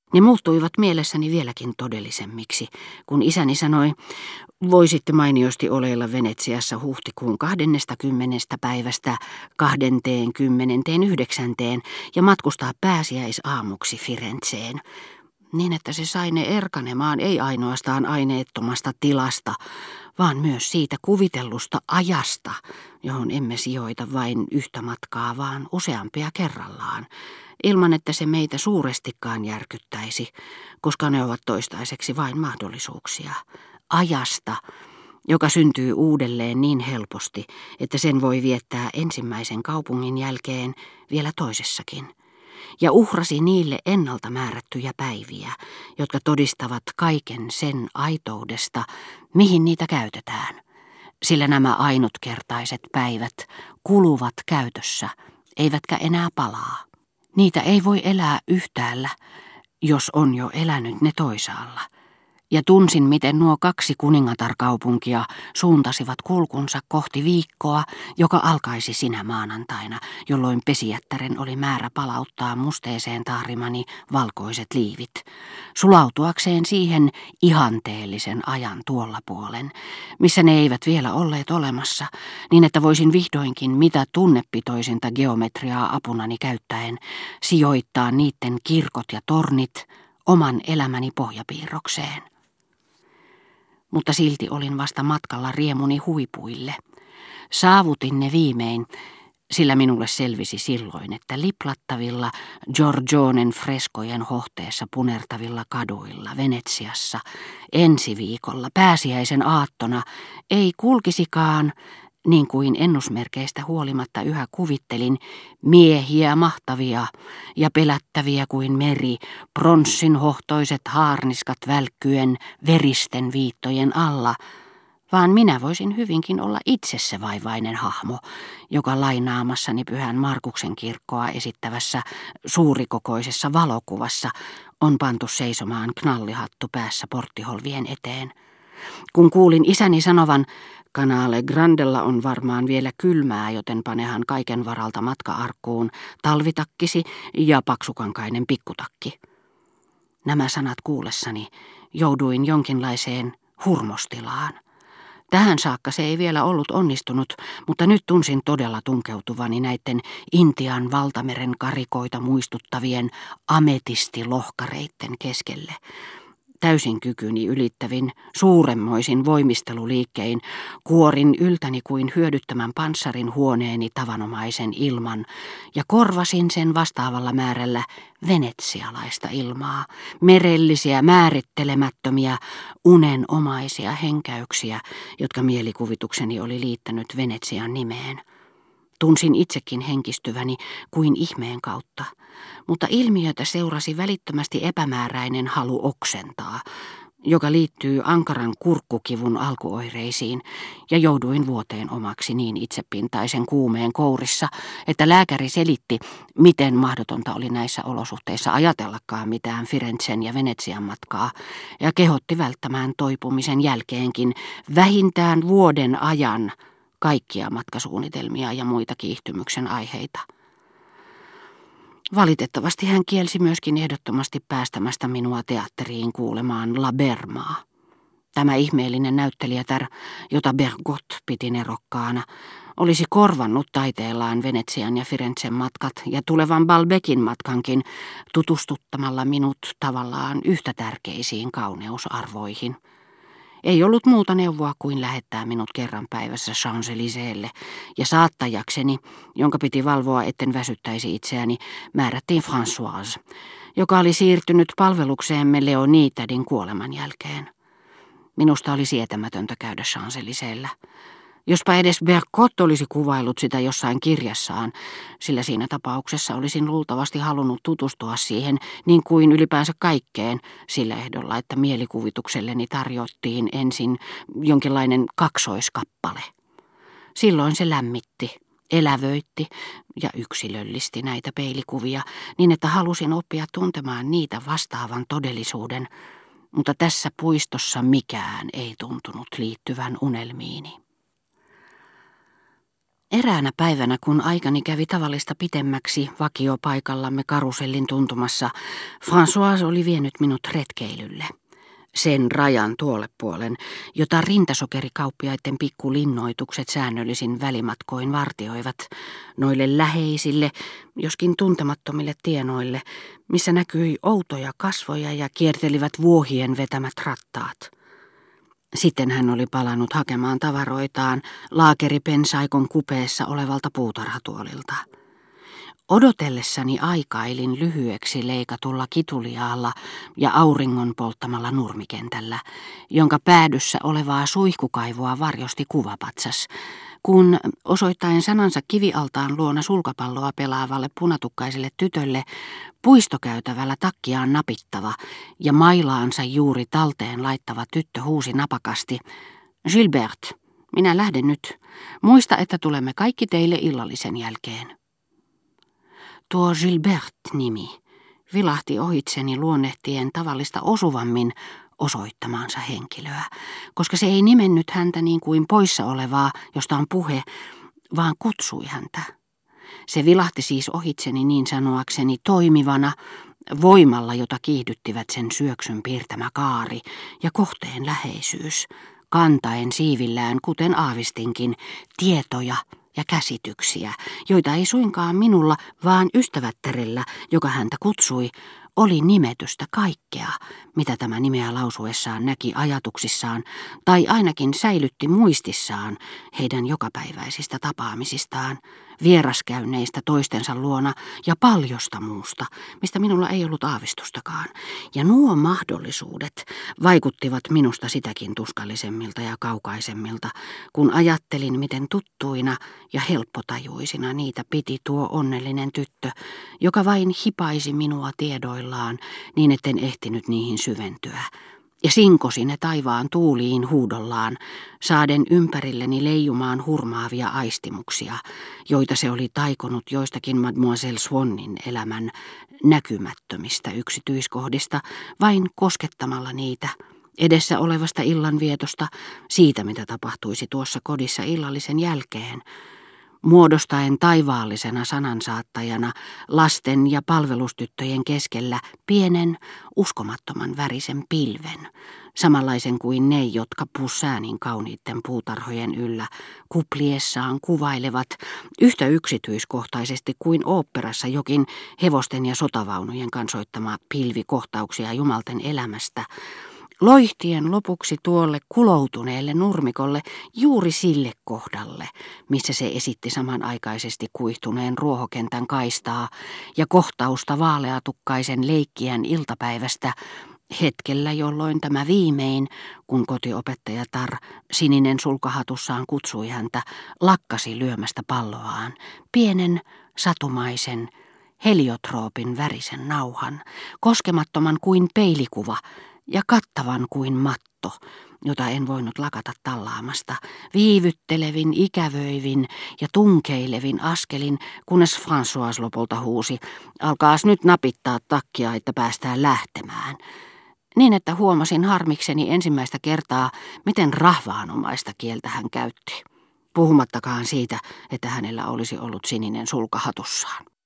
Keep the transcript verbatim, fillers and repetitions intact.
Ne muuttuivat mielessäni vieläkin todellisemmiksi, kun isäni sanoi, voisitte mainiosti oleilla Venetsiassa huhtikuun kahdestakymmenestä päivästä kahdenteenkymmenenteen yhdeksänteen ja matkustaa pääsiäisaamuksi Firenzeen, niin että se sai ne erkanemaan ei ainoastaan aineettomasta tilasta, vaan myös siitä kuvitellusta ajasta, johon emme sijoita vain yhtä matkaa, vaan useampia kerrallaan, ilman että se meitä suurestikaan järkyttäisi, koska ne ovat toistaiseksi vain mahdollisuuksia. Ajasta, joka syntyy uudelleen niin helposti, että sen voi viettää ensimmäisen kaupungin jälkeen vielä toisessakin. Ja uhrasi niille ennalta määrättyjä päiviä, jotka todistavat kaiken sen aitoudesta, mihin niitä käytetään. Sillä nämä ainutkertaiset päivät kuluvat käytössä, eivätkä enää palaa. Niitä ei voi elää yhtäällä, jos on jo elänyt ne toisaalla. Ja tunsin, miten nuo kaksi kuningatarkaupunkia suuntasivat kulkunsa kohti viikkoa, joka alkaisi sinä maanantaina, jolloin pesijättären oli määrä palauttaa musteeseen taarimani valkoiset liivit, sulautuakseen siihen ihanteellisen ajan tuolla puolen, missä ne eivät vielä olleet olemassa, niin että voisin vihdoinkin mitä tunnepitoisinta geometriaa apunani käyttäen sijoittaa niiden kirkot ja tornit oman elämäni pohjapiirrokseen. Mutta silti olin vasta matkalla riemuni huipuille. Saavutin ne viimein, sillä minulle selvisi silloin, että liplattavilla Giorgionen freskojen hohteessa punertavilla kaduilla Venetsiassa ensi viikolla pääsiäisen aattona ei kulkisikaan, niin kuin ennusmerkeistä huolimatta yhä kuvittelin, miehiä mahtavia ja pelättäviä kuin meri, pronssin hohtoiset haarniskat välkkyen veristen viittojen alla, vaan minä voisin hyvinkin olla itse se vaivainen hahmo, joka lainaamassani Pyhän Markuksen kirkkoa esittävässä suurikokoisessa valokuvassa on pantu seisomaan knallihattu päässä porttiholvien eteen. Kun kuulin isäni sanovan, Canale Grandella on varmaan vielä kylmää, joten panehan kaiken varalta matka-arkkuun talvitakkisi ja paksukankainen pikkutakki. Nämä sanat kuullessani jouduin jonkinlaiseen hurmostilaan. Tähän saakka se ei vielä ollut onnistunut, mutta nyt tunsin todella tunkeutuvani näiden Intian valtameren karikoita muistuttavien ametistilohkareitten keskelle. Täysin kykyni ylittävin, suuremmoisin voimisteluliikkein kuorin yltäni kuin hyödyttömän panssarin huoneeni tavanomaisen ilman ja korvasin sen vastaavalla määrällä venetsialaista ilmaa, merellisiä määrittelemättömiä unenomaisia henkäyksiä, jotka mielikuvitukseni oli liittänyt Venetsian nimeen. Tunsin itsekin henkistyväni kuin ihmeen kautta, mutta ilmiötä seurasi välittömästi epämääräinen halu oksentaa, joka liittyy ankaran kurkkukivun alkuoireisiin, ja jouduin vuoteen omaksi niin itsepintaisen kuumeen kourissa, että lääkäri selitti, miten mahdotonta oli näissä olosuhteissa ajatellakaan mitään Firenzen ja Venetsian matkaa, ja kehotti välttämään toipumisen jälkeenkin vähintään vuoden ajan kaikkia matkasuunnitelmia ja muita kiihtymyksen aiheita. Valitettavasti hän kielsi myöskin ehdottomasti päästämästä minua teatteriin kuulemaan La Bermaa. Tämä ihmeellinen näyttelijätär, jota Bergot piti nerokkaana, olisi korvannut taiteellaan Venetsian ja Firenzen matkat ja tulevan Balbecin matkankin tutustuttamalla minut tavallaan yhtä tärkeisiin kauneusarvoihin. Ei ollut muuta neuvoa kuin lähettää minut kerran päivässä Champs-Élysées'lle, ja saattajakseni, jonka piti valvoa etten väsyttäisi itseäni, määrättiin Françoise, joka oli siirtynyt palvelukseemme Leonidadin kuoleman jälkeen. Minusta oli sietämätöntä käydä Champs-Élysées'llä. Jospa edes Bergot olisi kuvaillut sitä jossain kirjassaan, sillä siinä tapauksessa olisin luultavasti halunnut tutustua siihen niin kuin ylipäänsä kaikkeen sillä ehdolla, että mielikuvitukselleni tarjottiin ensin jonkinlainen kaksoiskappale. Silloin se lämmitti, elävöitti ja yksilöllisti näitä peilikuvia niin, että halusin oppia tuntemaan niitä vastaavan todellisuuden, mutta tässä puistossa mikään ei tuntunut liittyvän unelmiini. Eräänä päivänä, kun aikani kävi tavallista pitemmäksi vakiopaikallamme karusellin tuntumassa, François oli vienyt minut retkeilylle. Sen rajan tuolle puolen, jota rintasokerikauppiaiden pikkulinnoitukset säännöllisin välimatkoin vartioivat, noille läheisille, joskin tuntemattomille tienoille, missä näkyi outoja kasvoja ja kiertelivät vuohien vetämät rattaat. Sitten hän oli palannut hakemaan tavaroitaan laakeripensaikon kupeessa olevalta puutarhatuolilta. Odotellessani aikailin lyhyeksi leikatulla kituliaalla ja auringon polttamalla nurmikentällä, jonka päädyssä olevaa suihkukaivoa varjosti kuvapatsas, kun osoittaen sanansa kivialtaan luona sulkapalloa pelaavalle punatukkaiselle tytölle puistokäytävällä takkiaan napittava ja mailaansa juuri talteen laittava tyttö huusi napakasti: "Gilbert, minä lähden nyt. Muista, että tulemme kaikki teille illallisen jälkeen." Tuo Gilbert-nimi vilahti ohitseni luonnehtien tavallista osuvammin osoittamaansa henkilöä, koska se ei nimennyt häntä niin kuin poissa olevaa, josta on puhe, vaan kutsui häntä. Se vilahti siis ohitseni niin sanoakseni toimivana, voimalla, jota kiihdyttivät sen syöksyn piirtämä kaari ja kohteen läheisyys, kantaen siivillään, kuten aavistinkin, tietoja ja käsityksiä, joita ei suinkaan minulla, vaan ystävättärellä, joka häntä kutsui, oli nimetystä kaikkea, mitä tämä nimeä lausuessaan näki ajatuksissaan, tai ainakin säilytti muistissaan heidän jokapäiväisistä tapaamisistaan, vieraskäynneistä toistensa luona ja paljosta muusta, mistä minulla ei ollut aavistustakaan. Ja nuo mahdollisuudet vaikuttivat minusta sitäkin tuskallisemmilta ja kaukaisemmilta, kun ajattelin, miten tuttuina ja helppotajuisina niitä piti tuo onnellinen tyttö, joka vain hipaisi minua tiedoillaan niin, etten ehtinyt niihin syventyä. Ja sinkosi ne taivaan tuuliin huudollaan, saaden ympärilleni leijumaan hurmaavia aistimuksia, joita se oli taikonut joistakin Mademoiselle Swannin elämän näkymättömistä yksityiskohdista, vain koskettamalla niitä, edessä olevasta illanvietosta, siitä mitä tapahtuisi tuossa kodissa illallisen jälkeen, muodostaen taivaallisena sanansaattajana lasten ja palvelustyttöjen keskellä pienen, uskomattoman värisen pilven, samanlaisen kuin ne, jotka Poussin kauniitten puutarhojen yllä kupliessaan kuvailevat yhtä yksityiskohtaisesti kuin oopperassa jokin hevosten ja sotavaunujen kansoittama pilvi kohtauksia jumalten elämästä, loihtien lopuksi tuolle kuloutuneelle nurmikolle juuri sille kohdalle, missä se esitti samanaikaisesti kuihtuneen ruohokentän kaistaa ja kohtausta vaaleatukkaisen leikkiän iltapäivästä, hetkellä jolloin tämä viimein, kun kotiopettajatar sininen sulkahatussaan kutsui häntä, lakkasi lyömästä palloaan, pienen, satumaisen, heliotroopin värisen nauhan, koskemattoman kuin peilikuva, ja kattavan kuin matto, jota en voinut lakata tallaamasta, viivyttelevin, ikävöivin ja tunkeilevin askelin, kunnes François lopulta huusi: "Alkaas nyt napittaa takkia, että päästään lähtemään." Niin, että huomasin harmikseni ensimmäistä kertaa, miten rahvaanomaista kieltä hän käytti, puhumattakaan siitä, että hänellä olisi ollut sininen sulka hatussaan.